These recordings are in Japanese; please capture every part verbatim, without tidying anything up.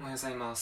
おはようございます。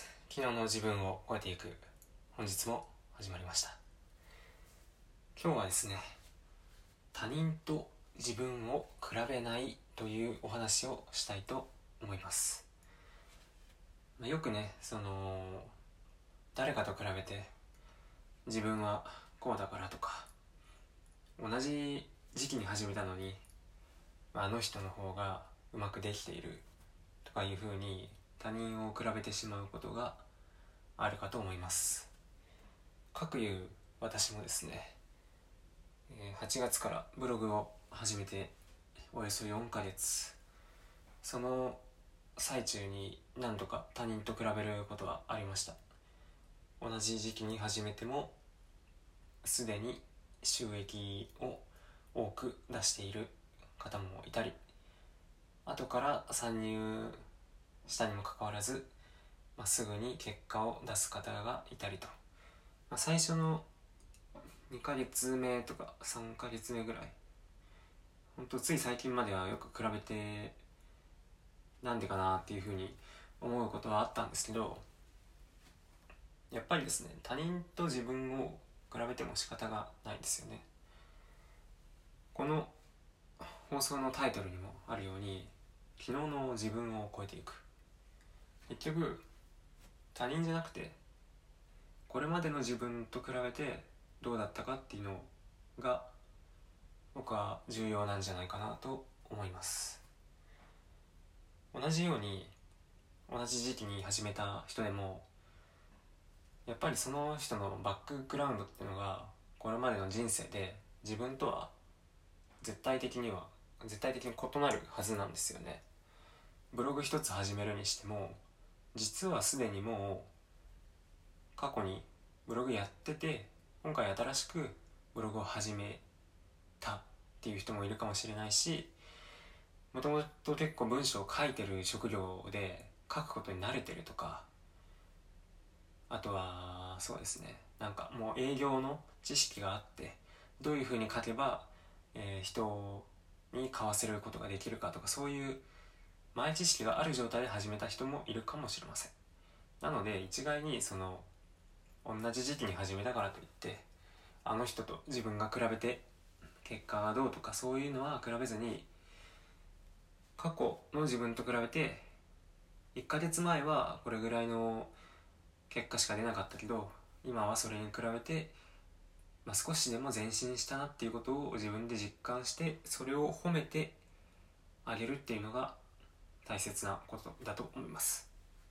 昨日の自分を超えていく本日も始まりました。今日はですね、他人と自分を比べないというお話をしたいと思います。まあ、よくね、その誰かと比べて自分はこうだからとか、同じ時期に始めたのに、まあ、あの人の方がうまくできているとかいうふうに他人を比べてしまうことがあるかと思います。かくいう私もですね、はちがつからブログを始めておよそよんかげつ、その最中に何度か他人と比べることはありました。同じ時期に始めてもすでに収益を多く出している方もいたり、後から参入したにもかかわらず、まあ、すぐに結果を出す方がいたりと、まあ、最初のにかげつめとかさんかげつめぐらい、ほんとつい最近まではよく比べてなんでかなっていうふうに思うことはあったんですけど、やっぱりですね、他人と自分を比べても仕方がないですよね。この放送のタイトルにもあるように、昨日の自分を超えていく、結局他人じゃなくてこれまでの自分と比べてどうだったかっていうのが僕は重要なんじゃないかなと思います。同じように同じ時期に始めた人でもやっぱりその人のバックグラウンドっていうのがこれまでの人生で自分とは絶対的には絶対的に異なるはずなんですよね。ブログ一つ始めるにしても実はすでにもう過去にブログやってて、今回新しくブログを始めたっていう人もいるかもしれないし、もともと結構文章を書いてる職業で書くことに慣れてるとか、あとはそうですね、なんかもう営業の知識があってどういうふうに書けば、えー、人に買わせることができるかとか、そういう前知識がある状態で始めた人もいるかもしれません。なので一概にその同じ時期に始めたからといってあの人と自分が比べて結果がどうとかそういうのは比べずに、過去の自分と比べていっかげつまえはこれぐらいの結果しか出なかったけど今はそれに比べて、まあ、少しでも前進したなっていうことを自分で実感して、それを褒めてあげるっていうのが大切なことだと思います。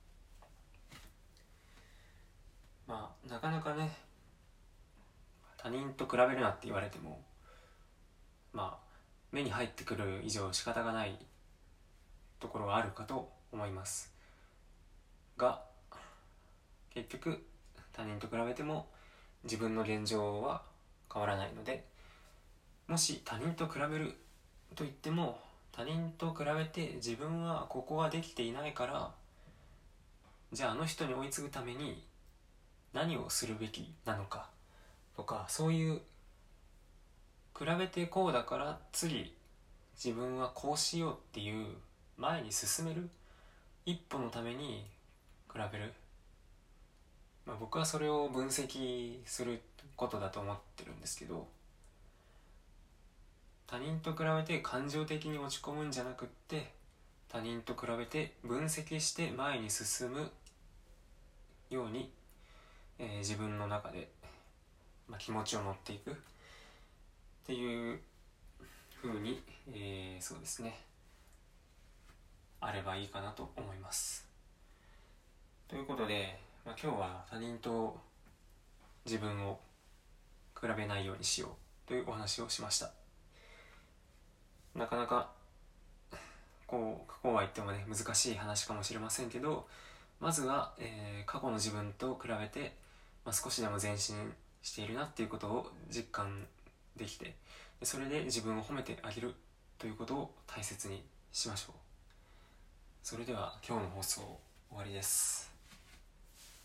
まあなかなかね、他人と比べるなって言われてもまあ目に入ってくる以上仕方がないところはあるかと思いますが、結局他人と比べても自分の現状は変わらないので、もし他人と比べると言っても他人と比べて自分はここができていないから、じゃああの人に追いつぐために何をするべきなのかとか、そういう比べてこうだから次自分はこうしようっていう前に進める一歩のために比べる、まあ、僕はそれを分析することだと思ってるんですけど、他人と比べて感情的に落ち込むんじゃなくって、他人と比べて分析して前に進むように、えー、自分の中で、まあ、気持ちを持っていくっていう風に、えー、そうですねあればいいかなと思います。ということで、まあ、今日は他人と自分を比べないようにしようというお話をしました。なかなかこうこうは言ってもね難しい話かもしれませんけど、まずは、えー、過去の自分と比べて、まあ、少しでも前進しているなっていうことを実感できて、それで自分を褒めてあげるということを大切にしましょう。それでは今日の放送終わりです。